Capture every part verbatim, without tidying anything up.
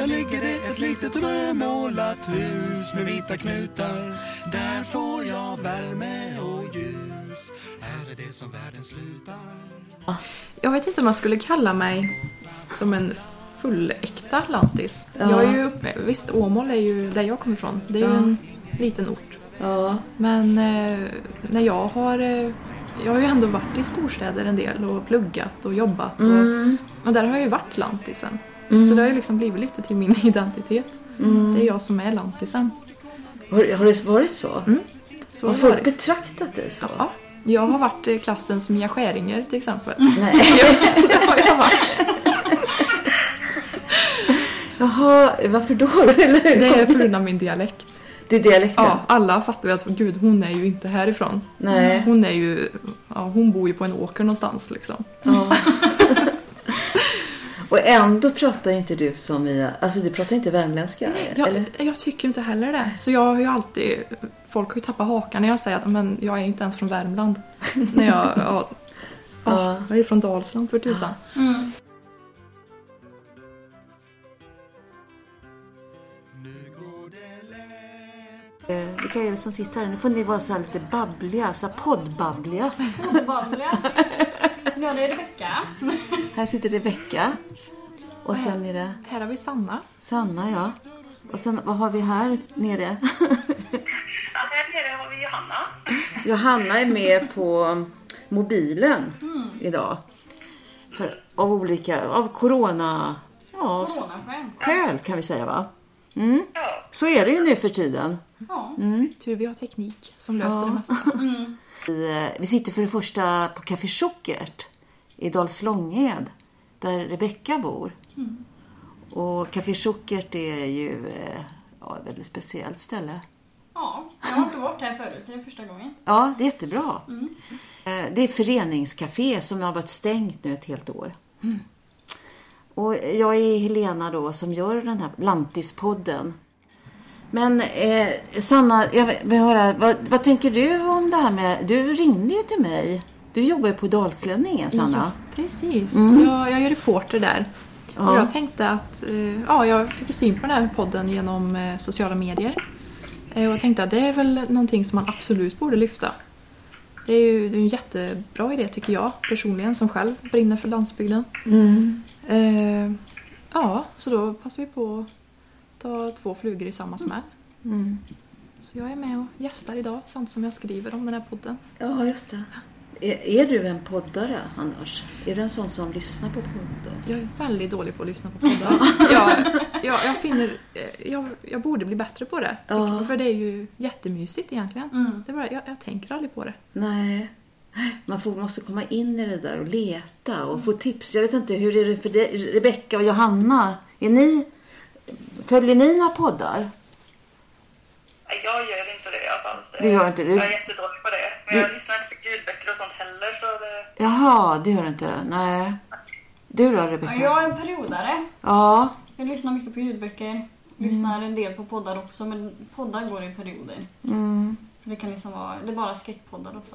ligger det ett litet rödmålat hus med vita knutar. Där får jag värme och ljus. Här är det som världen slutar. Jag vet inte om man skulle kalla mig som en fulläkta lantis. Ja. Jag är ju uppe, visst, Åmål är ju där jag kommer ifrån. Det är ju Ja. en liten ort. Ja. Men eh, när jag har eh, jag har ju ändå varit i storstäder en del och pluggat och jobbat Mm. och, och där har jag ju varit lantisen. Mm. Så det har ju liksom blivit lite till min identitet. Mm. Det är jag som är lantisen. Har, har det varit så? Mm. Så Har har det folk varit. betraktat dig så? Ja, jag har varit eh, klassens Mia Skäringer till exempel. Nej. Det har jag varit. Jaha, varför då? Eller? Det är på grund av min dialekt. Det är dialekten? Ja, alla fattar ju att gud, hon är ju inte härifrån. Nej. Hon är ju, ja, hon bor ju på en åker någonstans liksom. Ja. Och ändå pratar inte du som i... Alltså du pratar inte värmländska? Jag, eller? jag tycker ju inte heller det. Så jag har ju alltid... Folk har ju tappat hakan när jag säger att men jag är ju inte ens från Värmland. när jag... Ja, ja, jag är från Dalsland för tusan. Mm. Eh, vilka är det som sitter här? Nu får ni vara så här lite babbliga, så här poddbabbliga. Poddbabbliga. Ja, det är Rebecka. Här sitter Rebecka. Och här- sen är det Här har vi Sanna. Sanna, ja. Och sen, vad har vi här nere? Alltså här nere har vi Johanna. Johanna är med på mobilen idag. För, av olika, av corona, ja, av Coronaskäl. skäl kan vi säga, va? Mm. Ja. Så är det ju nu för tiden. Ja. Tur vi har teknik som löser Ja. det mesta. Vi, eh, vi sitter för det första på Café Schuckert i Dalslånged, där Rebecka bor. Och Café Schuckert är ju eh, ja, ett väldigt speciellt ställe. Ja, jag har inte varit här förut, så det är första gången. Ja, det är jättebra. Eh, Det är föreningscafé som har varit stängt nu ett helt år. Och jag är Helena då som gör den här Lantispodden. Men eh, Sanna, jag vill höra, vad, vad tänker du om det här med... Du ringde ju till mig. Du jobbar ju på Dalslänningen, Sanna. Ja, precis. Mm. Jag, jag är reporter där. Ja. Och jag tänkte att eh, ja, jag fick syn på den här podden genom eh, sociala medier. Eh, och jag tänkte att det är väl någonting som man absolut borde lyfta. Det är ju det är en jättebra idé tycker jag personligen som själv brinner för landsbygden. Mm. Eh, ja, så då passar vi på att ta två flugor i samma smäll. Mm. Så jag är med och gästar idag samt som jag skriver om den här podden. Ja, just det. Är, är du en poddare annars? Är du en sån som lyssnar på poddar? Jag är väldigt dålig på att lyssna på poddar. jag, jag, jag finner... Jag, jag borde bli bättre på det. tycker Ja. jag, För det är ju jättemysigt egentligen. Mm. Det är bara, jag, jag tänker aldrig på det. Nej. Man får, måste komma in i det där och leta och få tips. Jag vet inte, hur är det för det, Rebecka och Johanna? Är ni, följer ni några poddar? Nej, jag gör inte det i alla fall. Det gör inte du? Jag är jättedålig på det. Men jag lyssnar inte på ljudböcker och sånt heller. Så det... Jaha, det gör du inte. Nej. Du då, Ja, Rebecka? jag är en periodare. Ja. Jag lyssnar mycket på ljudböcker. Lyssnar en del på poddar också, men poddar går i perioder. Mm. Så det kan liksom vara, det är bara skräckpoddar ofta.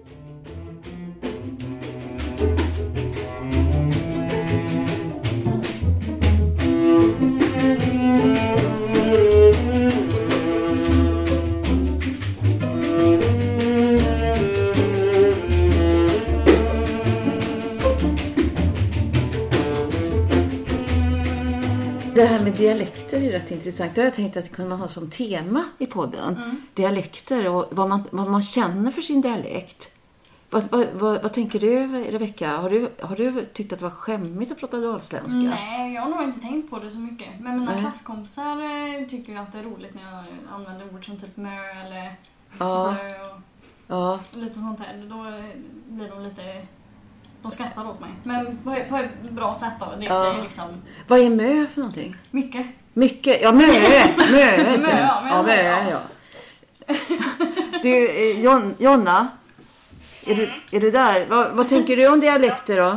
Det här med dialekter är rätt intressant. Det har jag tänkt att kunna ha som tema i podden. Mm. Dialekter och vad man, vad man känner för sin dialekt. Vad, vad, vad, vad tänker du, Rebecka? Har du, har du tyckt att det var skämmigt att prata dalsländska? Nej, jag har nog inte tänkt på det så mycket. Men mina Nej. klasskompisar eh, tycker ju att det är roligt när jag använder ord som typ mö eller Ja. blö och Ja. lite sånt här. Då eh, blir de lite... De skrattar åt mig. Men på, på ett bra sätt då. Det Ja. är liksom Vad är mö för någonting? mycket. Mycket. Ja, mö. Mö. så. Mö, ja, men Ja, jag mö, säger ja. Du, eh, Jon, Jonna. Är du, är du där? Vad, vad tänker du om dialekter då? Nej,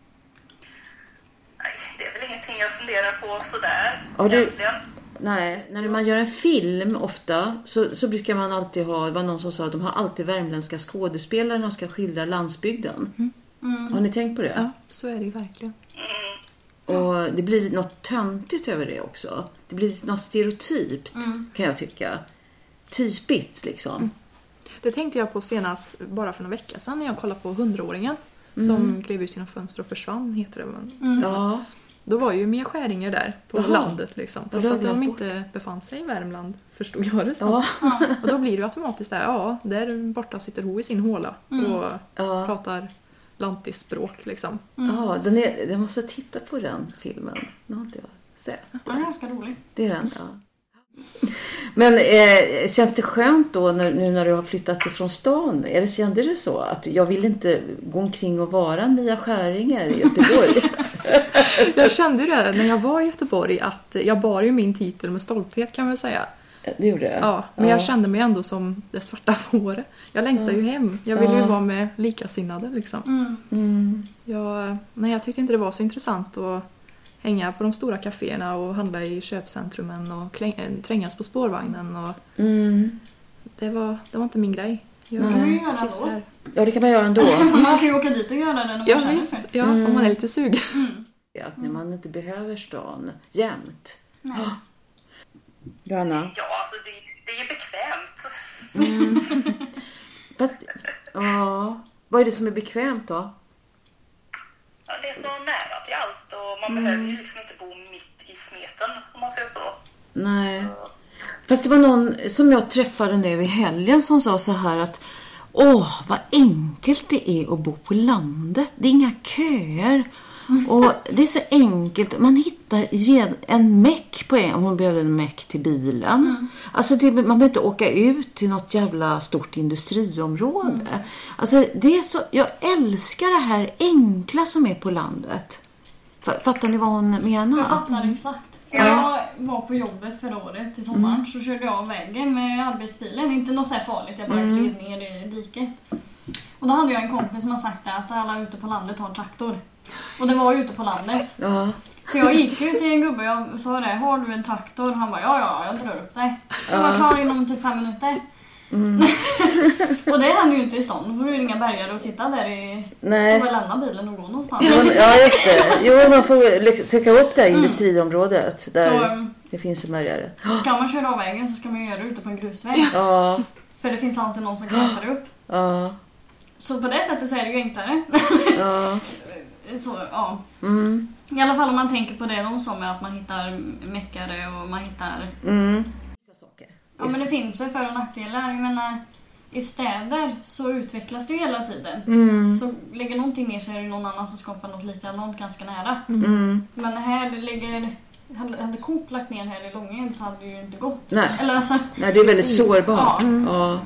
det är väl ingenting jag funderar på sådär. Ja, du- egentligen. Nej, när man gör en film ofta så, så brukar man alltid ha, det var någon som sa att de har alltid värmländska skådespelare när de ska skildra landsbygden. Mm. Har ni tänkt på det? Ja, så är det ju verkligen. Och det blir något töntigt över det också. Det blir något stereotypt, mm. kan jag tycka. Typiskt liksom. Mm. Det tänkte jag på senast bara för några veckor sedan när jag kollade på hundraåringen. Mm. Som klev ut genom fönster och försvann, heter det. Mm. Ja. Då var ju Mia Skäringer där på Jaha. landet liksom. Trots att de inte befann sig i Värmland, förstod jag det så. Ja. Och då blir det ju automatiskt där, ja, där borta sitter hon i sin håla Mm. och Ja. pratar lantisspråk liksom. Mm. Ja, den är, jag måste titta på den filmen. Den har inte jag sett. Den är ganska rolig. Det är den, ja. Men eh, känns det skönt då när, nu när du har flyttat från stan? Är det, kände det så att jag vill inte gå omkring och vara en Mia Skäringer i Göteborg? Jag kände ju det när jag var i Göteborg att jag bar ju min titel med stolthet, kan man säga. Det gjorde jag. Ja, men ja. jag kände mig ändå som det svarta fåret. Jag längtar Mm. ju hem. Jag ville Ja. ju vara med likasinnade liksom. Mm. Mm. Jag, nej, jag tyckte inte det var så intressant att hänga på de stora kaféerna och handla i köpcentrumen och kläng, trängas på spårvagnen. Och Mm. det, var, det var inte min grej. Jag Nej. Det kan man ju göra trivs ändå. här. Ja, det kan man göra ändå. Man kan ju åka dit och göra det när man Ja känner visst, för. ja, Mm. om man är lite sugen. Mm. Att när man inte behöver stan jämt. Nej. Johanna? Ja, alltså det, det är ju bekvämt. Mm. Fast, ja. Vad är det som är bekvämt då? Ja, det är så nära till allt och man Mm. behöver ju liksom inte bo mitt i smeten, om man säger så. Nej. Fast det var någon som jag träffade nu i helgen som sa så här att åh, vad enkelt det är att bo på landet. Det är inga köer. Och det är så enkelt. Man hittar en meck på en. Om man behöver en meck till bilen. Mm. Alltså det, man behöver inte åka ut till något jävla stort industriområde. Mm. Alltså det är så, jag älskar det här enkla som är på landet. Fattar ni vad hon menar? Jag fattar exakt. För Ja. jag var på jobbet förra året i sommaren Mm. så körde jag av vägen med arbetsbilen. Inte något så här farligt, jag bara Mm. gled ner i diket. Och då hade jag en kompis som har sagt att alla ute på landet har traktor. Och det var ju ute på landet. Ja. Så jag gick ju till en gubbe och jag sa det, har du en traktor? Han bara, ja ja, jag drar upp dig. Jag var klar inom typ fem minuter. Mm. Och det händer ju inte i stan. Då får du ringa bärgare och sitta där i... Nej. Så bara lämna bilen och gå någonstans. Ja, just det. Jo, man får liksom söka upp det här industriområdet där Så, um, det finns en bärgare. ska man köra av vägen så ska man göra det ute på en grusväg. Ja, För det finns alltid någon som klappar upp. ja, Så på det sättet så är det ju enklare. ja. Så, ja. Mm, I alla fall om man tänker på det de sa med att man hittar mäckare och man hittar... mm. Vissa saker. Ja, men det finns väl för- och nackdelar. Jag menar, i städer så utvecklas det ju hela tiden. Mm, Så lägger någonting ner så är det någon annan som skapar något likadant ganska nära. mm. Men här det ligger... Hade, hade Coop lagt ner här i Långed så hade det ju inte gått. Nej. Eller alltså... Nej, det är väldigt Precis. sårbart. Ja. Mm. Ja.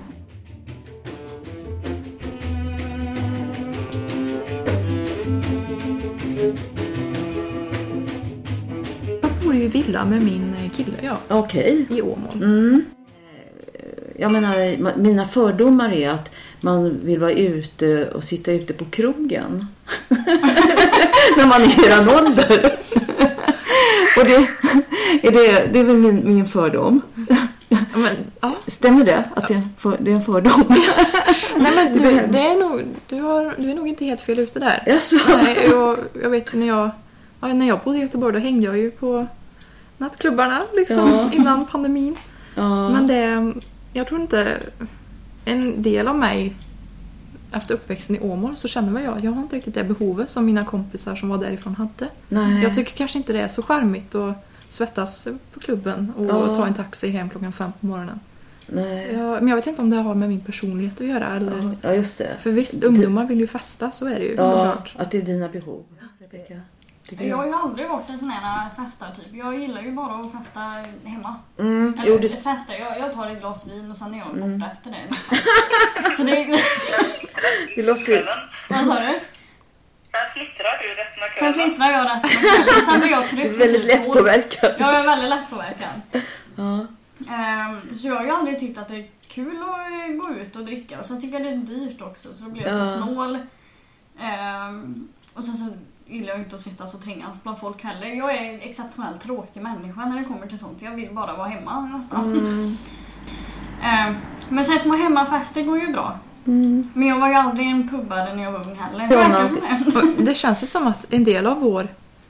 Jag bor ju i villa med min kille, ja, Okej. i Åmål. Mm. Jag menar, ma- mina fördomar är att man vill vara ute och sitta ute på krogen. När man är i eran ålder. Och det är, det, det är väl min, min fördom. Men, ja. Stämmer det? Att det är en, för, det är en fördom? Nej, men Det du, behöver- det är nog, du, har, du är nog inte helt fel ute där. Jaså? Nej, jag, jag vet ju när jag, ja, när jag bodde i Göteborg då hängde jag ju på nattklubbarna liksom, Ja. innan pandemin. Ja. Men det, jag tror inte, en del av mig efter uppväxten i Åmål så känner väl jag, jag har inte riktigt det behovet som mina kompisar som var därifrån hade. Nej. Jag tycker kanske inte det är så charmigt att svettas på klubben och Ja. ta en taxi hem klockan fem på morgonen. Nej. Jag, men jag vet inte om det har med min personlighet att göra. Eller, Ja, just det. för visst, ungdomar vill ju festa, så är det ju Ja, såklart. att det är dina behov. Rebecka. Tycker Jag har jag. ju aldrig varit en sån här festartyp. Jag gillar ju bara att festa hemma. Mm, Eller jo, det, festa, jag, jag tar ett glas vin och sen är jag borta Mm. efter det. Så det... det låter... Kvällen. Vad sa du? Sen fnittrar du resten av Sen kvällen. fnittrar jag resten av kvällen. Sen blir jag Du trött. är väldigt typ år. lättpåverkad. Jag är väldigt lättpåverkad. Ja. Um, så jag har ju aldrig tyckt att det är kul att eh, gå ut och dricka. Och sen tycker jag det är dyrt också. Så då blir jag Ja. så snål. Um, och sen så gillar jag inte att sitta så trängas bland folk heller. Jag är en exceptionellt tråkig människa när det kommer till sånt. Jag vill bara vara hemma nästan. Mm. Um, men sen små hemmafester går ju bra. Mm. Men jag var ju aldrig en pubbare när jag var ung heller. Ja, Verkar men- som det. Och det känns ju som att en del av vår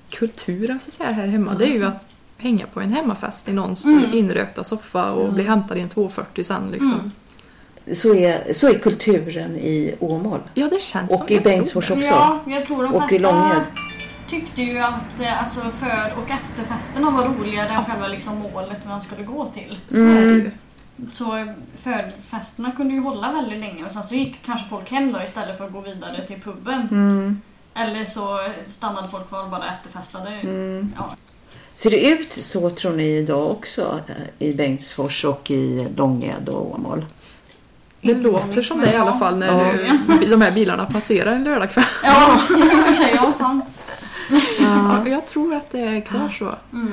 kultur alltså, så här, här hemma. Det är ju att hänga på en hemmafest i någons Mm. inrökta soffa och bli hämtad i en tvåhundrafyrtio sen liksom. Mm. Så är, så är kulturen i Åmål. Ja, det känns som Och i jag tror Bengtsfors det. också. Ja, jag tror de Och i flesta Långed. tyckte ju att eh, alltså för- och efterfesterna var roligare än själva liksom målet man skulle gå till. Så är det ju. Så förfesterna kunde ju hålla väldigt länge och sen så gick kanske folk hem då istället för att gå vidare till puben. Mm. Eller så stannade folk kvar och bara efterfestade. Mm. Ja. Ser det ut så tror ni idag också eh, i Bengtsfors och i Långed och Åmål? Det låter som det i alla fall när du, de här bilarna passerar en lördagkväll. Ja, i och för sig, ja, sant. Ja, jag tror att det är kvar så. Mm.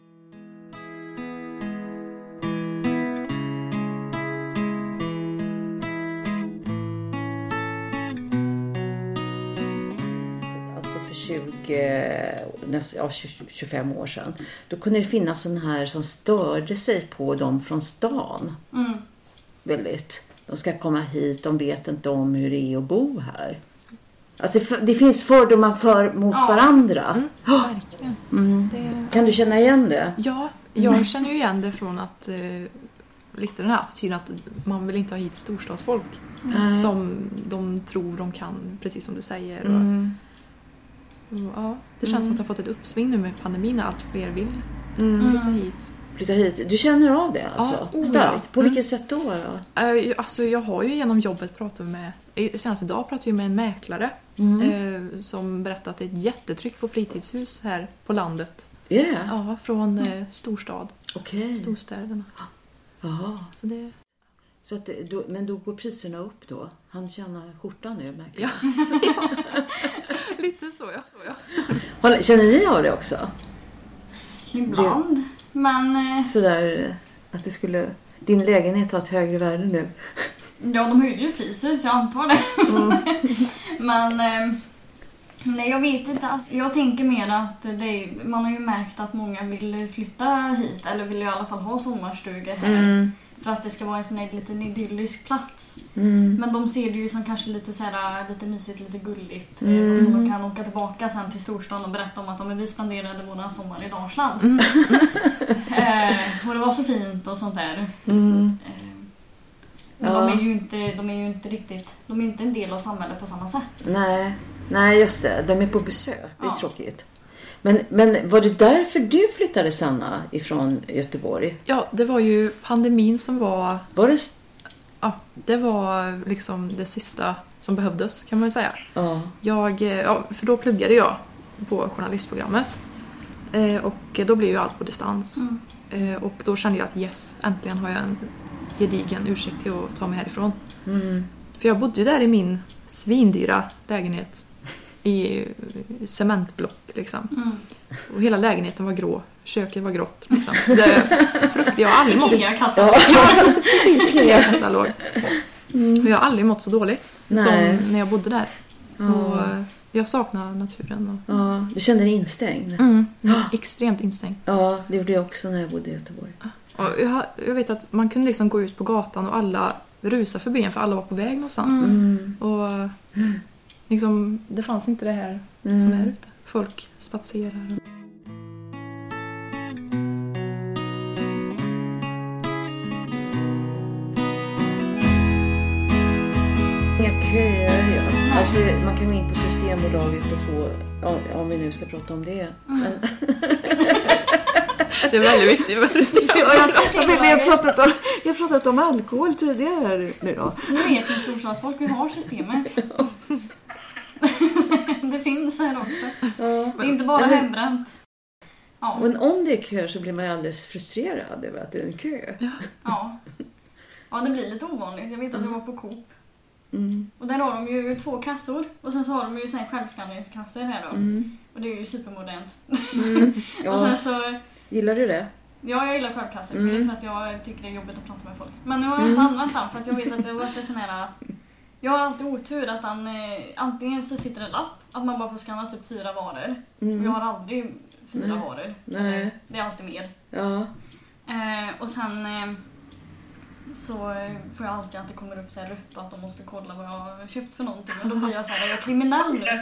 Alltså för tjugo, näst- ja, tjugo, tjugofem år sedan. Då kunde det finnas sån här som störde sig på dem från stan. Mm. Väldigt. De ska komma hit, de vet inte om hur det är att bo här. Alltså det, det finns fördomar för, mot Ja. varandra. Verkligen. Mm. Det, Kan du känna igen det? ja, jag känner ju igen det från att eh, lite den här attityden att man vill inte ha hit storstadsfolk Nej. som de tror de kan, precis som du säger. Mm. Och, och, ja, det känns Mm. som att det har fått ett uppsving nu med pandemin när allt fler vill Mm. flytta hit. Flytta hit. Du känner av det alltså? Ja, oh, Starkt. ja. På Mm. vilket sätt då? då? Eh, Alltså jag har ju genom jobbet pratat med, eh, senast idag pratade jag med en mäklare Mm. eh, som berättade att det är ett jättetryck på fritidshus här på landet. Är det? Ja, från eh, storstad, Okej. storstäderna. Jaha. Så det, Så att, det- då, men då går priserna upp då? Han tjänar skjortan nu, märker ja. jag. Lite så ja. Så, ja. Håller- Känner ni av det också? Ibland. Men eh, Sådär eh, att det skulle... Din lägenhet har ett högre värde nu. ja, de höjde ju priset så jag antar det. Men eh, nej, jag vet inte alls. Jag tänker mer att det är, man har ju märkt att många vill flytta hit eller vill i alla fall ha sommarstugor här. Mm. För att det ska vara en sån här liten idyllisk plats. Mm. Men de ser det ju som kanske lite, så här, lite mysigt, lite gulligt. Mm. Mm. Så de kan åka tillbaka sen till storstan och berätta om att de, vi spenderade våran sommar i Dalsland. Mm. eh, och det var så fint och sånt där. Mm. Eh, men Ja. de, är ju inte, de är ju inte riktigt, de är inte en del av samhället på samma sätt. Nej. Nej, just det. De är på besök. Det är Ja. tråkigt. Men, men var det därför du flyttade, Sanna, ifrån Göteborg? Ja, det var ju pandemin som var, Var det... s- ja, det var liksom det sista som behövdes kan man väl säga. Ja. Jag, eh, ja, för då pluggade jag på journalistprogrammet. Eh, och då blev ju allt på distans. Mm. Eh, och då kände jag att yes, äntligen har jag en gedigen ursäkt till att ta mig härifrån. Mm. För jag bodde ju där i min svindyra lägenhet i cementblock liksom. Mm. Och hela lägenheten var grå. Köket var grått liksom. Det, frukt, jag har aldrig mått... Ikea-katten. Ja. Ja, precis. Ikea-katalog. Och jag har aldrig mått så dåligt Nej. som när jag bodde där. Ja. Och eh, jag saknar naturen. Och, Ja, du kände dig instängd? mm, extremt instängd. Ja, det gjorde jag också när jag bodde i Göteborg. Och jag, jag vet att man kunde liksom gå ut på gatan och alla rusa förbi en för alla var på väg någonstans. Mm. Och liksom, det fanns inte det här Mm. som är ute. Folk spatserar. Inga köer, ja. Alltså, man kan gå in på Systembolaget och få, ja, om vi nu ska prata om det. Men, Det är väldigt viktigt med system. ja, jag, vi, har pratat om, vi har pratat om alkohol tidigare här nu då. Nu vet ni storstadsfolk, vi har systemet. Det finns här också. Ja. Det är inte bara Ja, men- hembränt. Ja. Men om det är köer så blir man ju alldeles frustrerad över att det är en kö. Ja. Ja, det blir lite ovanligt. Jag vet att jag var på Coop. Mm. Och där har de ju två kassor. Och sen så har de ju sån här självskanningskassor här då. Mm. Och det är ju supermodernt. Mm. Och sen Ja. så... Gillar du det? Ja, jag gillar självkassor. Mm. Men det är för att jag tycker det är jobbigt att prata med folk. Men nu har jag Mm. inte använt den för att jag vet att det har varit en sån här... Jag har alltid otur att han... Eh, antingen så sitter det en lapp att man bara får scanna typ fyra varor. Mm. Och jag har aldrig fyra Nej. varor. Nej. Det är alltid mer. Ja. Eh, och sen... Eh, så får jag alltid att det kommer upp så här rött och att de måste kolla vad jag har köpt för någonting. Och då blir jag så här, är jag kriminell nu?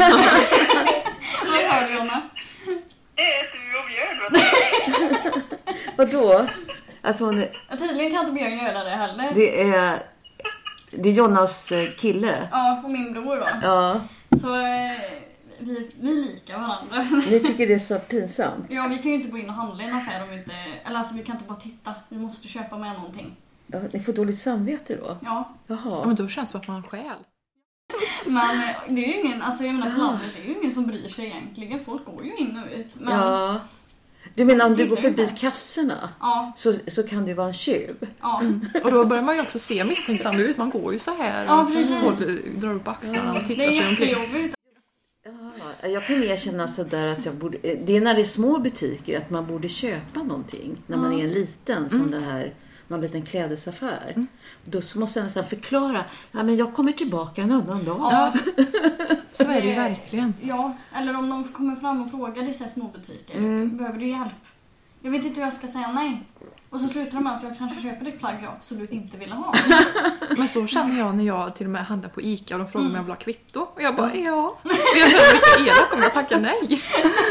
Vad sa du, Jonna? Det är du och Björn. Vadå? Alltså hon är, Ja, tydligen kan inte Björn göra det heller. det är det är Jonas kille. Ja, och min bror då. Ja. Så eh, vi, vi likar varandra. Ni tycker det är så pinsamt. Ja, vi kan ju inte gå in och handla i en affär om vi inte... Eller alltså vi kan inte bara titta. Vi måste köpa med någonting. Ja, ni får dåligt samvete då? Ja. Ja, Jaha. men då känns det som att man stjäl. Men eh, det är ju ingen... Alltså jag menar på landet, det är ju ingen som bryr sig egentligen. Folk går ju in och ut. Men, Ja. Du menar om du går Tittar förbi inte. kassorna Ja. så, så kan du vara en tjuv? Ja. Och då börjar man ju också se misstänksam ut. Man går ju så här Ja, och precis. håller, drar upp axlarna och Det tittar är sig omkring. jättejobbigt. Ja, jag kan mer känna sådär att jag borde... Det är när det är små butiker att man borde köpa någonting. När man är en liten, som den här... Man vet en klädesaffär. Mm. Då så måste jag nästan förklara. Ja, men jag kommer tillbaka en annan dag. Ja, så är det ju verkligen. Ja, eller om de kommer fram och frågar dessa små butiker. Mm. Behöver du hjälp? Jag vet inte hur jag ska säga nej. Och så slutar det med att jag kanske köper ett plagg jag absolut inte ville ha. Men så känner jag när jag till och med handlar på Ica och de frågar om jag vill ha kvitto. Och jag bara, ja. Och jag känner mig så elak om jag tackar nej.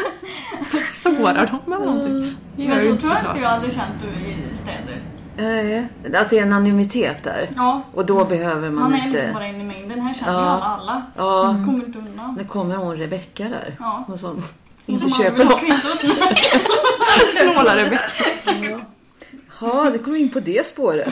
Sårar de med någonting? Det gör Men jag ju så inte tror jag såklart. inte jag hade känt du i städer. Eh, att det är en anonymitet där. Ja, Och då behöver man man är inte... liksom bara inne i mängden. Här känner Ja. ju alla alla. Ja, Kommer inte undan. nu kommer hon Rebecka där. Ja. Och som Och inte som köper aldrig vill ha något. kvittot. Snålare bäck. Ja, det kommer in på det spåret.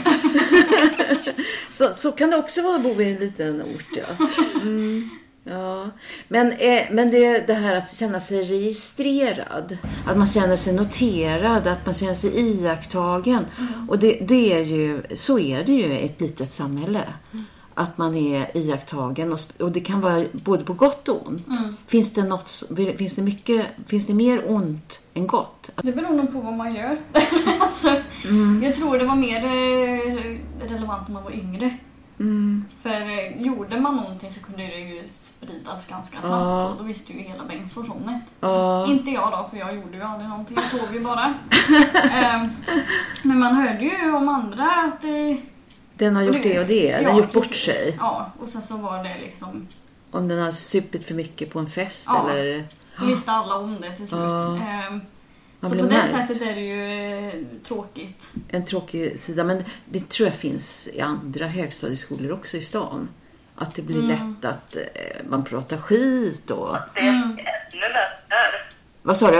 så, så kan det också vara att bo i en liten ort, ja. Mm. Ja. Men, eh, men det, det här att känna sig registrerad, att man känner sig noterad, att man känner sig iakttagen. Mm. Och det, det är ju, så är det ju i ett litet samhälle. Mm. Att man är iakttagen och, och det kan vara både på gott och ont. Mm. Finns det något, finns det mycket, finns det mer ont än gott? Det beror nog på vad man gör. alltså, mm. Jag tror det var mer eh, relevant när man var yngre. Mm. För eh, gjorde man någonting så kunde det ju spridas ganska snabbt. Ja. Så då visste ju hela Bengtsfors om det. Ja. Inte jag då, för jag gjorde ju aldrig någonting. Jag sov ju bara. um, men man hörde ju om andra att det... Den har gjort det och det. Den ja, har gjort precis. bort sig. Ja, och sen så var det liksom... Om den har supit för mycket på en fest ja, eller... det visste alla om det till slut. Ja. Um, Man så på blir det märkt. sättet är det ju eh, tråkigt. En tråkig sida, men det tror jag finns i andra högstadieskolor också i stan. Att det blir mm. lätt att eh, man pratar skit och... Det är mm. ännu värre där. Vad sa du? Nog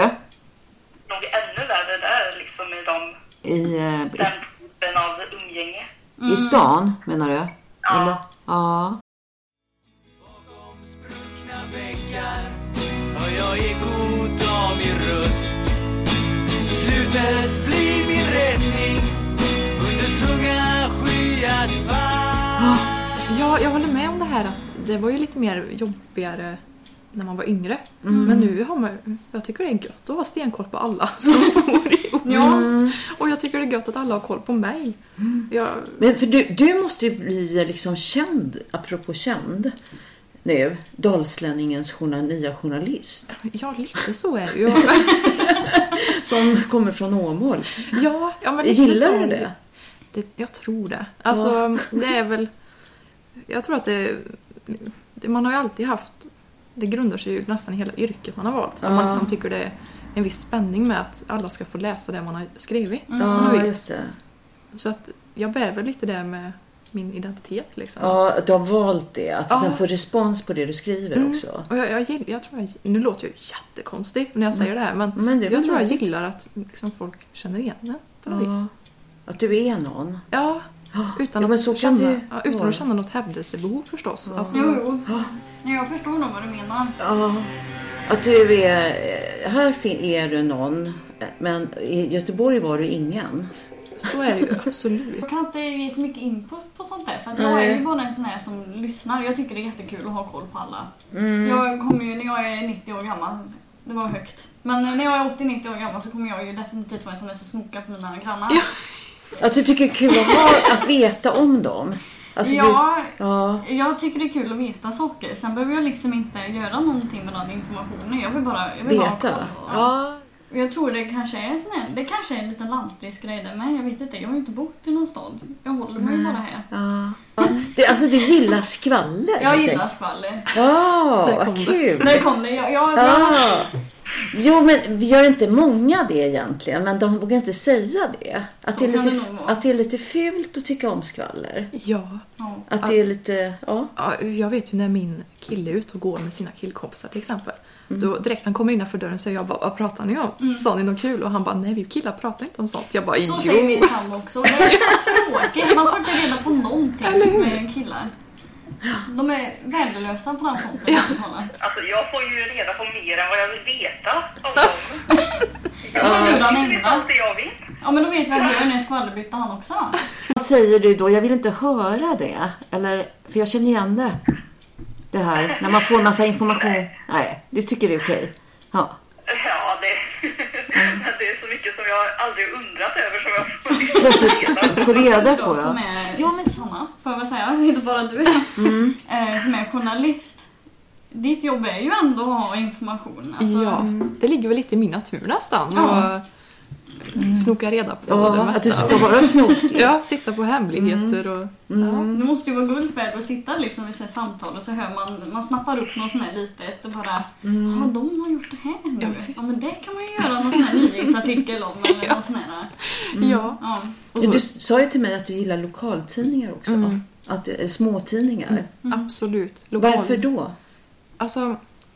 ännu värre där, liksom i de... I, eh, den typen av umgänge. Mm. I stan, menar du? Ja. Eller? Ja. Bakom spruckna väggar hör jag ekot av min röst. Slutet blir min räddning under tunga skyars fall. Ja, jag håller med om det här att det var ju lite mer jobbigare när man var yngre. Mm. Men nu har man, jag tycker det är gött att ha stenkoll på alla som bor i orten. Ja. Mm. Och jag tycker det är gött att alla har koll på mig. Mm. Jag... Men för du, du måste ju bli liksom känd, apropå känd nu, Dalslänningens journal, nya journalist. Ja, lite så är det ju. Som kommer från Åmål. Ja, ja men lite gillar så. du det? det? Jag tror det. Alltså, ja. Det är väl... Jag tror att det, det... Man har ju alltid haft... Det grundar sig ju nästan i hela yrket man har valt. Ja. Man liksom tycker det är en viss spänning med att alla ska få läsa det man har skrivit. Mm. Ja, just det. Så att jag bär väl lite det med min identitet. Liksom. Ja, att du har valt det. Att du ja. sen får respons på det du skriver mm. också. Och jag, jag, jag tror jag, nu låter jag jättekonstigt när jag säger mm. det här. Men, men det jag tror jag gillar att liksom, folk känner igen det på något ja. vis. Att du är någon. Ja, utan, ja, men så att, känna, det, ja, utan ja. att känna något hävdelsebehov förstås. Ja. Alltså, jo, jo. Jag förstår nog vad du menar. Ja, att du är... Här är du någon, men i Göteborg var du ingen. Så är det ju, absolut. Jag kan inte ge så mycket input på sånt där. För att jag är ju bara en sån här som lyssnar. Jag tycker det är jättekul att ha koll på alla. Mm. Jag kommer ju, när jag är nittio år gammal, det var högt. Men när jag är åttio nittio år gammal så kommer jag ju definitivt vara en sån där som snokar på mina grannar. Ja. Att du tycker det är kul att, ha, att veta om dem. Alltså ja, du, ja, jag tycker det är kul att veta saker. Sen behöver jag liksom inte göra någonting med den informationen. Jag vill bara jag vill veta. Ha ja. Jag tror det kanske är sån här, det kanske är en liten lantbruksgrej där med. Jag vet inte, jag har ju inte bott i någon stad. Jag håller mig bara här. Ja. Det, alltså du gillar skvaller? Jag gillar skvaller. Ja, vad kul. Där kom det. Jag, jag, ja. Jo, men vi gör inte många det egentligen. Men de vågar inte säga det. Att, det är, lite, det att det är lite fult att tycka om skvaller. Ja. Att det är lite, ja. ja. Jag vet ju när min kille är ute och går med sina killkompisar till exempel. Mm. Då direkt han kommer innanför dörren så jag bara, vad pratar ni om? Mm. Sa ni något kul? Och han bara, nej vi killar pratar inte om sånt. Jag bara, jo. Så säger vi samma också. Det är så tråkigt. Man får inte reda på någonting med killar. De är värdelösa på den fronten. Ja. Alltså jag får ju reda på mer än vad jag vill veta om dem. Jag ja. vet inte allt det jag vet. Ja, men då vet vi att jag är en skvallerbytta han också. Vad säger du då? Jag vill inte höra det. Eller, för jag känner igen det. Det här, när man får en massa information. Nej, Nej du tycker det är okej. Ja. Ja, det, mm. det är så mycket som jag aldrig undrat över som jag får, får reda på. Ja. Som är jo, men Sanna, får jag väl säga, inte bara du. Mm. eh, som är journalist. Ditt jobb är ju ändå att ha information. Alltså, ja, det ligger väl lite i min natur nästan. Ja. Och mm. snoka reda på ja, det mesta. Att du ska vara snokig. Ja, sitta på hemligheter. Mm. Och, mm. ja. Det måste ju vara guld värd att sitta liksom i så här samtal och så hör man, man snappar upp något sån här litet och bara, mm. ja de har gjort det här nu. Ja, ja men det kan man ju göra någon sån här nyhetsartikel om eller ja. något sån här. Mm. Ja. ja. Och så, du sa ju till mig att du gillar lokaltidningar också. Mm. Att, småtidningar. Mm. Mm. Absolut. Lokal... Varför då? Alltså,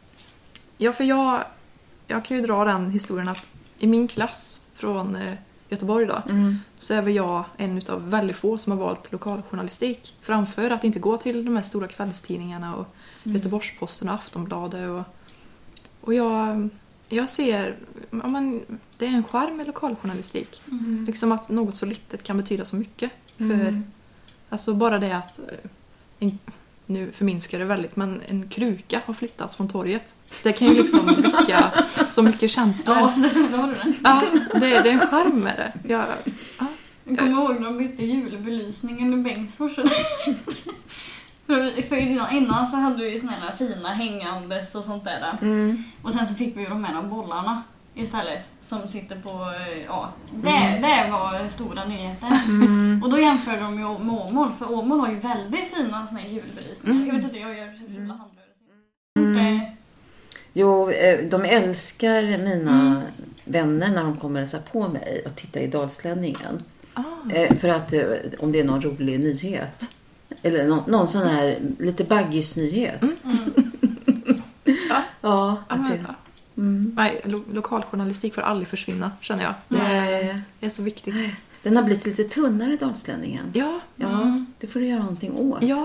ja för jag, jag kan ju dra den historien att i min klass från eh, Göteborg då, mm. så är väl jag en utav väldigt få som har valt lokaljournalistik framför att inte gå till de här stora kvällstidningarna och mm. Göteborgsposten och Aftonbladet och, och jag, jag ser ja, men, det är en charm med lokaljournalistik mm. liksom att något så litet kan betyda så mycket för mm. alltså bara det att en, nu förminskar det väldigt, men en kruka har flyttats från torget. Det kan ju liksom väcka så mycket känslor. Ja, det har du den. Ja, det, det är en charm med det. Jag, ja. jag kommer ihåg när de bytte julbelysningen i Bengtsfors. för, för innan så hade vi såna här fina hängandes och sånt där. Mm. Och sen så fick vi ju de här bollarna istället som sitter på, ja, det, mm. det var stora nyheter. Mm. Och då jämförde de ju med Åmål, för Åmål har ju väldigt fina såna här julbelysningar. Mm. Jag vet inte, jag gör fula handrörelser. Mm. Det... Jo, de älskar mina mm. vänner när de kommer och hälsa på mig och titta i Dalslänningen. Ah. För att om det är någon rolig nyhet. Eller någon, någon sån här lite baggis nyhet. Mm. Mm. ja, ja att det... Mm. Nej, lo- lokaljournalistik får aldrig försvinna, känner jag. Det är, det är så viktigt. Den har blivit lite tunnare, Dalslänningen. Ja. Ja, mm. det får du göra någonting åt. Ja.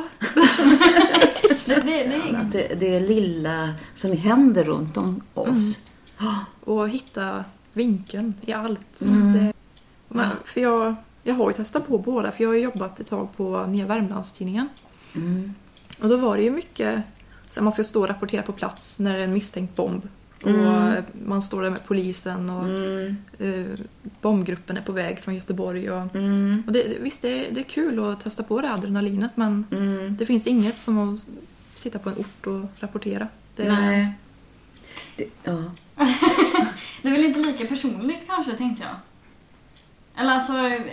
det, det, det, är att det, det är lilla som händer runt om oss. Mm. Och hitta vinkeln i allt. Mm. Det, men, för jag, jag har ju testat på båda, för jag har jobbat ett tag på Nya Värmlandstidningen. Mm. Och då var det ju mycket så man ska stå och rapportera på plats när det är en misstänkt bomb. Mm. Och man står där med polisen och mm. uh, bombgruppen är på väg från Göteborg och, mm. och det, visst det är, det är kul att testa på det adrenalinet, men mm. det finns inget som att sitta på en ort och rapportera. Det är, Nej. Det, ja. det är väl inte lika personligt kanske, tänkte jag. Eller alltså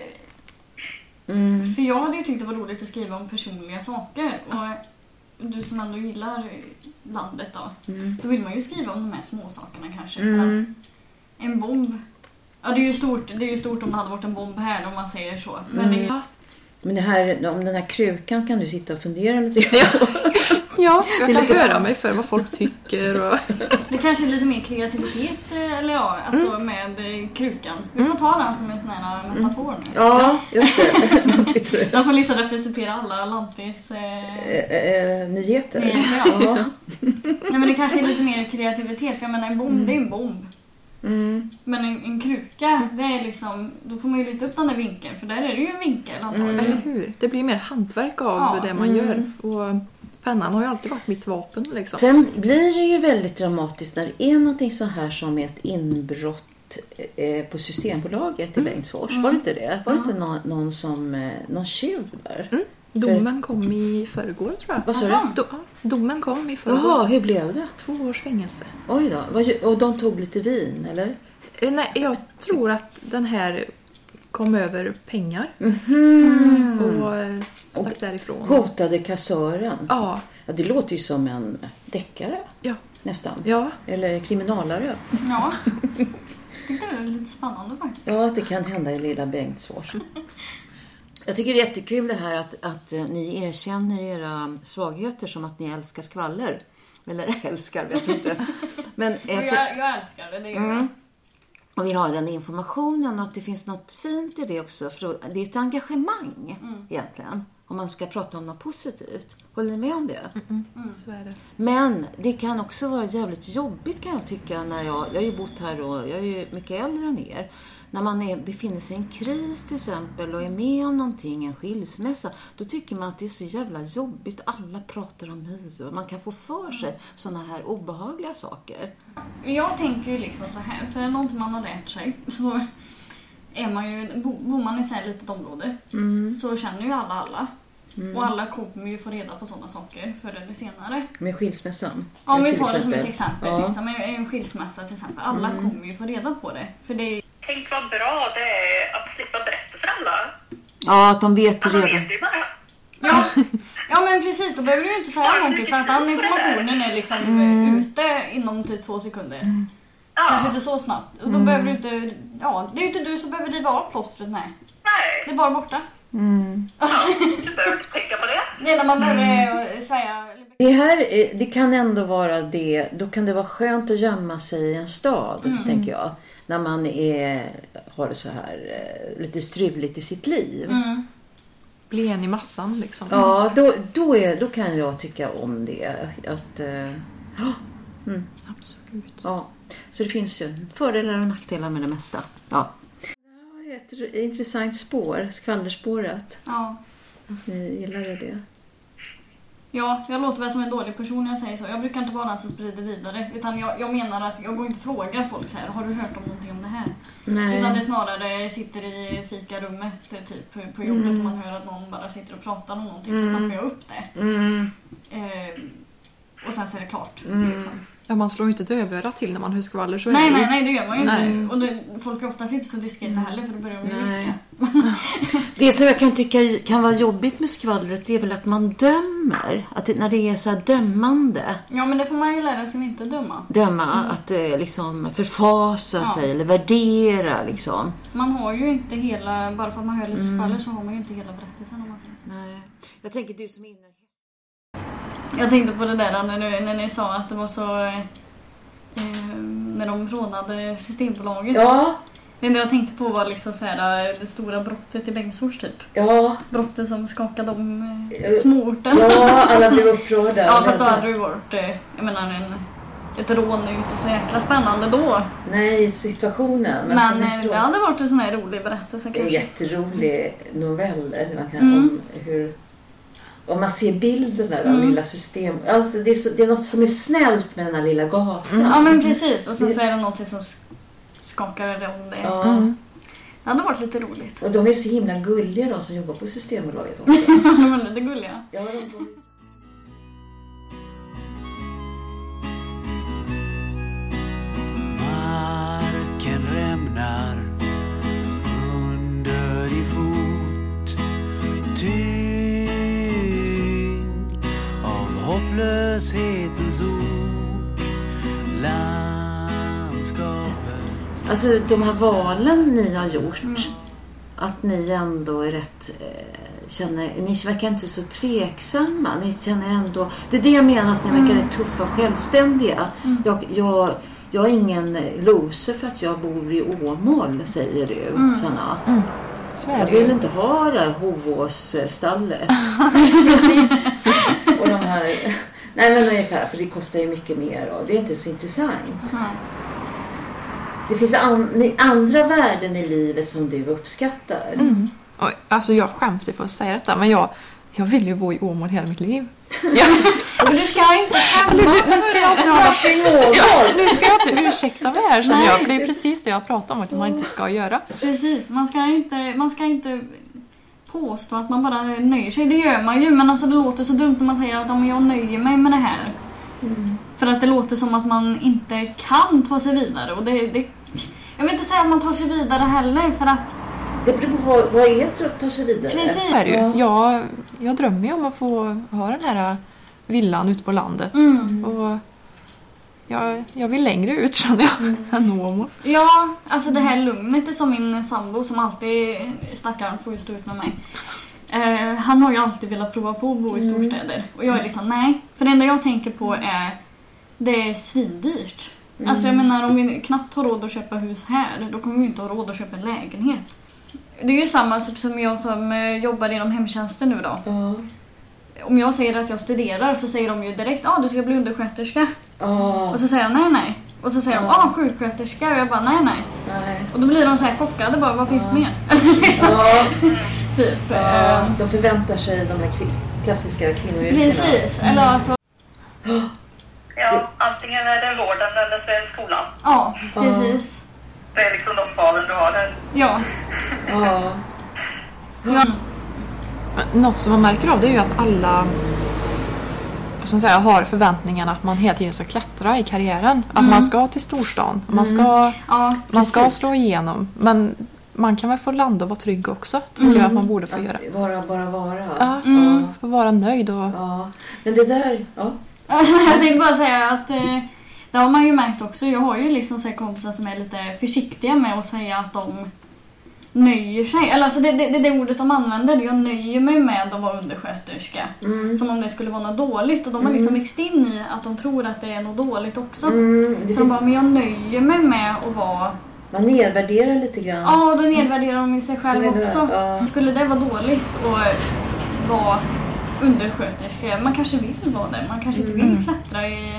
mm. för jag hade ju tyckt det var roligt att skriva om personliga saker och du som ändå gillar landet då, mm. då vill man ju skriva om de här små sakerna kanske. Mm. För att en bomb, ja det är ju stort, det är ju stort om det hade varit en bomb här om man säger så. Men, mm. det, är... Men det här, om den här krukan kan du sitta och fundera lite grann. Ja, jag kan lite höra mig för vad folk tycker. Och... Det kanske är lite mer kreativitet, eller ja, alltså mm. med krukan. Vi får ta den som en sån här metafor nu. Ja, just det. Jag får liksom representera alla lantis eh... eh, nyheter. nyheter ja. Ja. Nej, men det kanske är lite mer kreativitet. För jag menar, en bomb, mm. det är en bomb. Mm. Men en, en kruka, det är liksom, då får man ju lite upp den där vinkeln. För där är det ju en vinkel antagligen. Mm. Eller hur? Det blir mer hantverk av ja. det man mm. gör. Och pennan har ju alltid varit mitt vapen. Liksom. Sen blir det ju väldigt dramatiskt när det är någonting så här som ett inbrott eh, på Systembolaget i mm. Bengtsfors. Mm. Var det inte det? Var det mm. inte någon, någon som, någon tjuv där? Mm. Domen kom i förrgår, tror jag. Vad sa Alltså? du? Do- ja, domen kom i förrgår. Jaha, hur blev det? Två års fängelse. Oj då. Vad- Och de tog lite vin, eller? Eh, Nej, jag tror att den här kom över pengar Mhm. och eh, stack därifrån. Hotade kassören. Ja, Ja, det låter ju som en deckare, ja, nästan. ja. Eller kriminalare. Ja. Jag tyckte det var lite spännande faktiskt. Ja, att det kan hända i lilla Bengtsfors. Jag tycker det är jättekul det här att, att eh, ni erkänner era svagheter som att ni älskar skvaller. Eller älskar, vet jag inte. Men, eh, Och för, jag, jag älskar det, det gör jag. Mm. och vi har den informationen och att det finns något fint i det också. För då, det är ett engagemang egentligen. Om man ska prata om något positivt. Håller ni med om det? Så är det. Men det kan också vara jävligt jobbigt, kan jag tycka, när jag, jag har ju bott här och jag är ju mycket äldre än er. När man är, befinner sig i en kris till exempel och är med om någonting, en skilsmässa, då tycker man att det är så jävla jobbigt. Alla pratar om mig och man kan få för sig såna här obehagliga saker. Jag tänker ju liksom så här, för är det någonting man har lärt sig så är man ju, bo- bor man i så här litet område så känner ju alla alla. Och alla kommer ju få reda på sådana saker förr eller senare. Med skilsmässan. Om vi till tar det som ett exempel, Ja. liksom, en en skilsmässa till exempel. Alla kommer ju få reda på det. För det är, Tänk vad bra det är att slippa berätta för alla. Ja, att de vet det Alla redan. vet ju bara. ja, ja men precis, då behöver du ju inte säga någonting för att all informationen är liksom ute inom typ två sekunder. Kanske Ja, inte så snabbt. Och då behöver du inte, ja, det är ju inte du som behöver riva av plåstret, nej. Det är nej, bara borta. Alltså, du behöver inte tänka på det. det är när man behöver säga... Det här är- det kan ändå vara det. Då kan det vara skönt att gömma sig i en stad, tänker jag. När man är, har det så här eh, lite struligt i sitt liv. Mm. Bli en i massan liksom. Ja, då, då, är, då kan jag tycka om det. Att, eh, Absolut. ja. Så det finns ju fördelar och nackdelar med det mesta. Ja. Ja, ett intressant spår, skvallerspåret. Ja. Ni gillade det? Ja, jag låter väl som en dålig person när jag säger så. Jag brukar inte vara den som sprider vidare. Utan jag, jag menar att jag går inte och frågar folk så här, har du hört om någonting om det här? Nej. Utan det är snarare sitter i fikarummet typ på- på jobbet och man hör att någon bara sitter och pratar om någonting så snappar jag upp det. Mm. Eh, och sen så är det klart. Liksom. Ja, man slår ju inte dövörat till när man hör skvaller, så är Nej, det ju. nej, nej, det gör man ju Nej. inte. Och det, folk är oftast inte så diskreta heller för då börjar de ju Nej. viska. Det som jag kan tycka kan vara jobbigt med skvallret är väl att man dömer. Att det, när det är så här dömande. Ja, men det får man ju lära sig att inte döma. Döma, att eh, liksom förfasa Ja. sig eller värdera liksom. Man har ju inte hela, bara för att man hör lite skvaller så har man ju inte hela berättelsen om man säger så. Nej. Jag tänker du som är inne. Jag tänkte på det där när, du, när ni sa att det var så... Eh, när de rånade Systembolaget. Ja, Det enda jag tänkte på var liksom så här, det stora brottet i Bengtsfors typ. ja, Brottet som skakade om eh, Eh, småorten. ja, alla blev upprörda. Ja, fast då hade det ju varit... Eh, jag menar, en, ett rån är ju inte så jäkla spännande då. Nej, situationen. Men, Men, sen eh, efteråt. det hade varit en sån här rolig berättelse Det är en kanske. jätterolig novell. eller Man kan, Mm. om, hur, om man ser bilderna av Mm. lilla system. Alltså det, är så, det är något som är snällt med den här lilla gatan. Ja, men precis. Och sen så är det någonting som sk- skakar om det. Ja. Mm. Det hade varit lite roligt. Och de är så himla gulliga, de som jobbar på Systembolaget också. De var lite gulliga. Ja, de går... Marken rämnar under i fot, tyngd av hopplöshetens ok, landskapet. Alltså de här valen ni har gjort, att ni ändå är rätt, eh, känner, ni verkar inte så tveksamma, ni känner ändå, det är det jag menar, att ni verkar rätt tuffa och självständiga. Jag, jag, jag är ingen loser för att jag bor i Åmål, säger du, Sanna. Så är Jag det vill ju. inte ha det här Hovåsstallet. Precis. Och de här, nej men ungefär, för det kostar ju mycket mer och det är inte så intressant. Mm. Det finns an, andra värden i livet som du uppskattar. Mm. Oj, alltså jag skäms ju för att säga detta, men jag, jag vill ju bo i Åmål hela mitt liv. Ja. Men du ska inte Nu, nu, nu ska jag inte hålla... Fucking Ja, Åmål! nu ska jag inte ursäkta mig här, känner Nej. jag, för det är precis det jag pratar om att man inte ska göra. Precis, man ska inte, man ska inte påstå att man bara nöjer sig. Det gör man ju, men alltså det låter så dumt när man säger att om jag nöjer mig med det här. Mm. För att det låter som att man inte kan ta sig vidare. Och det, det, jag vill inte säga att man tar sig vidare heller, för att... Det beror på vad, vad är att ta sig vidare? Precis. Är det ju. Jag, jag drömmer ju om att få ha den här villan ute på landet. Mm. Och jag, jag vill längre ut, känner jag, mm. än Åmål. Ja, alltså det här lugnet är som min sambo som alltid, stackaren, får ju stå ut med mig. Uh, han har ju alltid velat prova på att bo i storstäder. Mm. Och jag är liksom, nej. För det enda jag tänker på är, det är svindyrt. Mm. Alltså jag menar, om vi knappt har råd att köpa hus här, då kommer vi inte ha råd att köpa en lägenhet. Det är ju samma som jag som jobbar inom hemtjänsten nu då. Mm. Om jag säger att jag studerar så säger de ju direkt, ja ah, du ska bli undersköterska. Mm. Och så säger jag nej nej. Och så säger mm. de, ja ah, sjuksköterska. Och jag bara nej nej. nej. Och då blir de så här chockade bara, vad finns det mer? Ja. Typ. Ja, de förväntar sig de här klassiska kvinnoyrkena. Precis, eller alltså... Ja, antingen är det vården eller så är det skolan. Ja, precis. Det är liksom de valen du har där. Ja. Ja. Ja. Något som man märker av det är ju att alla, vad ska man säga, har förväntningarna att man hela tiden ska klättra i karriären. Att Mm. man ska till storstan. Man ska, Mm. Ja, man ska precis. slå igenom. Men man kan väl få landa och vara trygg också. Tycker Mm. jag att man borde få göra. Att vara, bara vara. Ja, Mm. få vara nöjd. Och... Ja. Men det där, ja. Jag tänkte bara säga att eh, det har man ju märkt också. Jag har ju liksom så här kompisar som är lite försiktiga med att säga att de nöjer sig. Eller alltså det, det, det är det ordet de använder. Jag nöjer mig med att vara undersköterska. Mm. Som om det skulle vara något dåligt. Och de har Mm. liksom växt in i att de tror att det är något dåligt också. Mm, det Så de finns, bara, men jag nöjer mig med att vara... man nedvärderar lite grann. Ja, då nedvärderar de ju sig själv Så är det, också. ja. Skulle det vara dåligt att vara undersköterska? Man kanske vill vara det. Man kanske inte vill Mm. klättra i,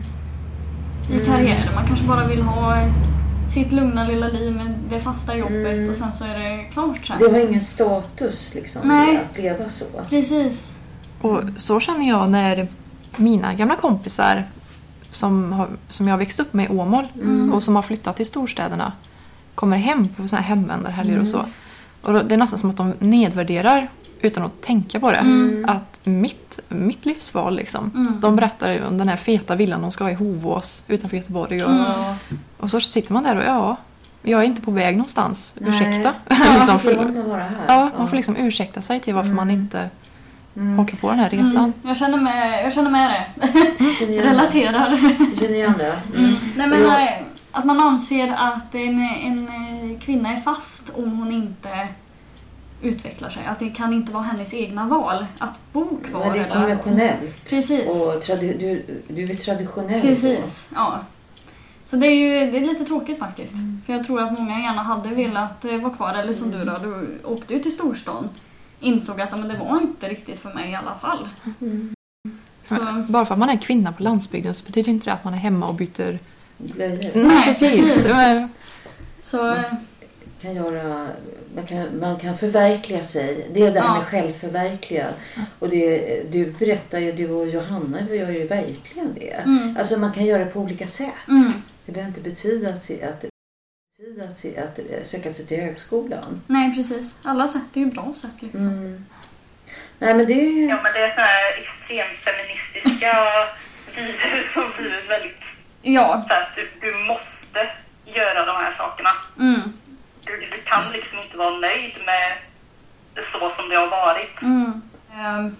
i karriären. Man kanske bara vill ha sitt lugna lilla liv med det fasta jobbet Mm. och sen så är det klart sen. Det var ingen status liksom, Nej. att leva så. Precis. och så känner jag när mina gamla kompisar som, har, som jag har växt upp med i Åmål Mm. och som har flyttat till storstäderna kommer hem på såna här hemvändarhelger och så. Och då, det är nästan som att de nedvärderar utan att tänka på det. Mm. Att mitt, mitt livsval liksom. Mm. De berättar ju om den här feta villan de ska ha i Hovås utanför Göteborg. Och, Mm. och så sitter man där och ja, jag är inte på väg någonstans. Nej. Ursäkta. Ja, liksom, för, för, man vara här. ja, man får liksom ursäkta sig till varför Mm. man inte Mm. åker på den här resan. Mm. Jag känner med, jag känner med det. Känner igen- Relaterar. Känner igen det? Mm. Nej men Och jag- nej, att man anser att en, en eh, kvinna är fast om hon inte utvecklar sig. Att det kan inte vara hennes egna val att bo kvar. Men det är eller- konventionellt. Precis. Och tradi- du, du är traditionell. Precis, ja. Så det är ju det är lite tråkigt faktiskt. Mm. För jag tror att många gärna hade velat eh, vara kvar. Eller som du då, du åkte ju till storstan. Insåg att men det var inte riktigt för mig i alla fall. Mm. Så, Bara för att man är kvinna på landsbygden så betyder inte det att man är hemma och byter... Blöjor. Nej, precis. Men- så eh, Kan göra, man, kan, man kan förverkliga sig. Det är det här Ja. med självförverkligad. Och det, du berättar ju, du och Johanna vi gör ju verkligen det. Mm. Alltså man kan göra det på olika sätt. mm. Det behöver inte betyda att, se, att, betyda att, se, att eh, söka sig till högskolan. Nej, precis. Alla sätt är ju bra sätt liksom. Mm. Nej men det är ju... Ja, men det är såna här extremfeministiska videor som blivit väldigt Ja. så att du, du måste göra de här sakerna. Mm. Du, du kan liksom inte vara nöjd med så som det har varit. Mm. Ehm,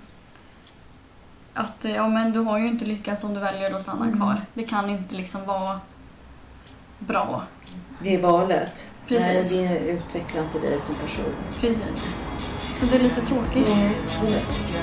att eh, ja, men du har ju inte lyckats om du väljer att stanna Mm. kvar. Det kan inte liksom vara bra. Det är valet. Precis. Nej, det utvecklar inte dig som person. Precis. Så det är lite tråkigt. Nej, det-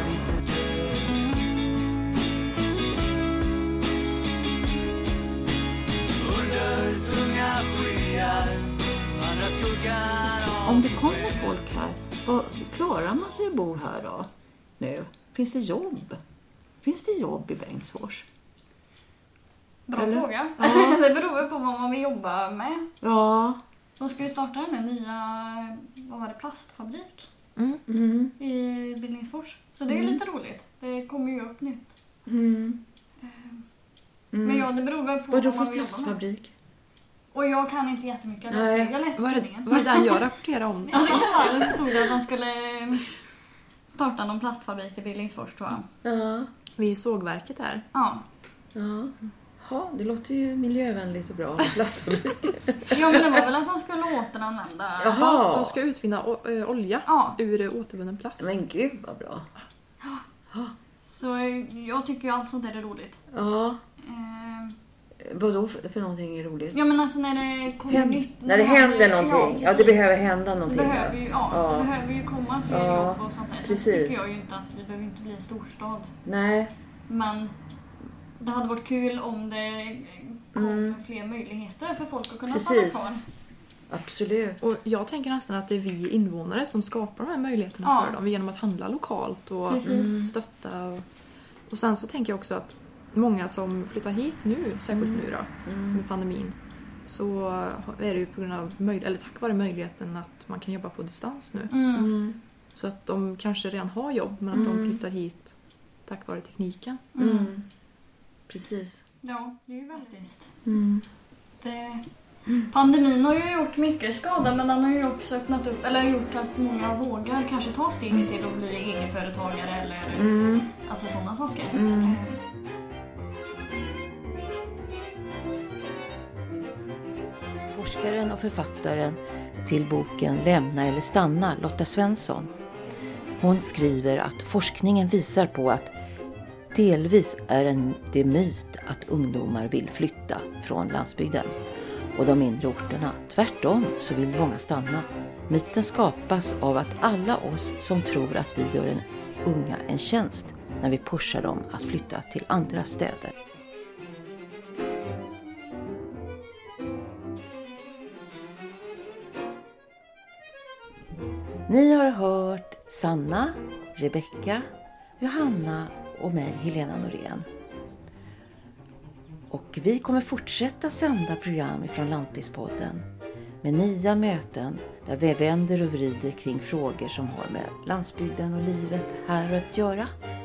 Under tunga skyar vandrar skuggar av Om det kommer folk här, vad, klarar man sig att bo här då? Nu? Finns det jobb? Finns det jobb i Bengtsfors? Bra Eller? fråga. Ja. Det beror på vad man vill jobba med. Ja. De ska ju starta den här nya, vad var det, plastfabrik Mm. i Billningsfors. Så det är Mm. lite roligt. Det kommer ju upp nu. Mm. Mm. Men ja, det beror väl på Vad är det vad för man vill jobba med. plastfabrik? Och jag kan inte jättemycket. Jag Nej. läste, jag läste Vad är det, tidningen. vad är det den jag rapporterar om? Ja, det kan vara. Det stod att de skulle starta någon plastfabrik i Billingsfors, tror jag. Ja. Vid sågverket här. Ja. Ja. Ja, det låter ju miljövänligt och bra med plastfabrik. Ja, men det var väl att de skulle återanvända. Jaha. De ska utvinna o- ö, olja Ja. ur eh, återvunnen plast. Men gud vad bra. Så eh, jag tycker ju allt sånt där är roligt. Ja. Eh, Vadå för, för någonting är roligt? ja, men alltså när det kommer Händ, nytt. när det händer någonting. Ja, Ja, det precis. behöver hända Det någonting. behöver ju, ja, Ja. det behöver ju komma fler Ja, jobb och sånt där. Så precis. tycker jag ju inte att vi behöver inte bli en storstad. Nej. Men det hade varit kul om det kom Mm. fler möjligheter för folk att kunna Precis. stanna kvar. Absolut. Och jag tänker nästan att det är vi invånare som skapar de här möjligheterna Ja. för dem genom att handla lokalt och Precis. stötta. Och, och sen så tänker jag också att många som flyttar hit nu, särskilt nu då, med pandemin, så är det ju på grund av möj- eller tack vare möjligheten att man kan jobba på distans nu. Mm. Mm. Så att de kanske redan har jobb, men att de flyttar hit tack vare tekniken. Mm. Precis. Ja, det är ju väldigt. Mm. Det... Pandemin har ju gjort mycket skada, men den har ju också öppnat upp, eller gjort att många vågar kanske ta steget till att bli egenföretagare eller Mm. alltså sådana saker. Mm. Eh, Forskaren och författaren till boken Lämna eller stanna, Lotta Svensson. Hon skriver att forskningen visar på att delvis är en, det myt att ungdomar vill flytta från landsbygden och de mindre orterna. Tvärtom så vill många stanna. Myten skapas av att alla oss som tror att vi gör en unga en tjänst när vi pushar dem att flytta till andra städer. Ni har hört Sanna, Rebecka, Johanna och mig, Helena Norén. Och vi kommer fortsätta sända program ifrån Lantispodden med nya möten där vi vänder och vrider kring frågor som har med landsbygden och livet här att göra.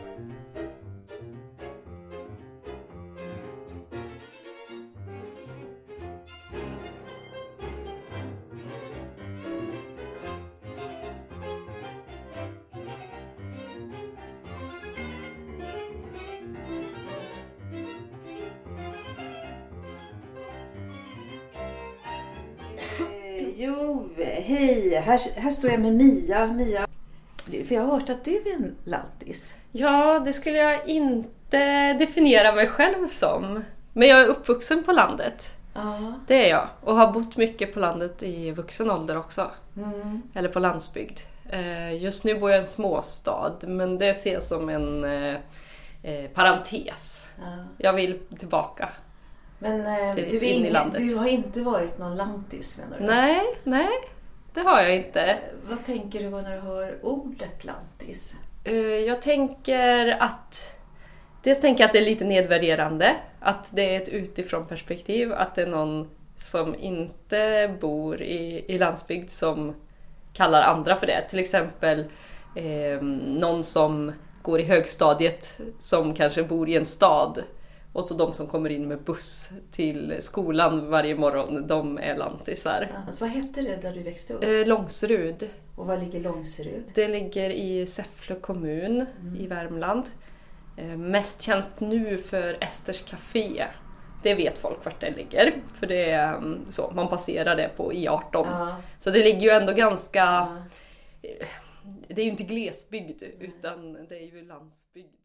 Jo, hej. Här, här står jag med Mia. Mia. För jag har hört att du är en lantis. Ja, det skulle jag inte definiera mig själv som. Men jag är uppvuxen på landet. Ja. Det är jag. Och har bott mycket på landet i vuxen ålder också. Mm. Eller på landsbygd. Just nu bor jag i en småstad. Men det ses som en eh, parentes. Ja. Jag vill tillbaka. Men eh, Till- du, är in i ingen, landet. du har inte varit någon lantis, menar du? Nej, nej. Det har jag inte. Vad tänker du när du hör ordet lantis? Eh, Jag tänker att dels tänker jag att det är lite nedvärderande, att det är ett utifrån perspektiv, att det är någon som inte bor i, i landsbygd som kallar andra för det. Till exempel eh, någon som går i högstadiet som kanske bor i en stad, och så de som kommer in med buss till skolan varje morgon, de är lantisar. Alltså, vad hette det där du växte upp? Eh, Långserud. Och var ligger Långserud? Det ligger i Säffle kommun i Värmland. Eh, mest känt nu för Esters Café. Det vet folk vart det ligger. För det är um, så, man passerar det på E arton. Ja. Så det ligger ju ändå ganska... Ja. eh, Det är ju inte glesbygd, utan det är ju landsbygd.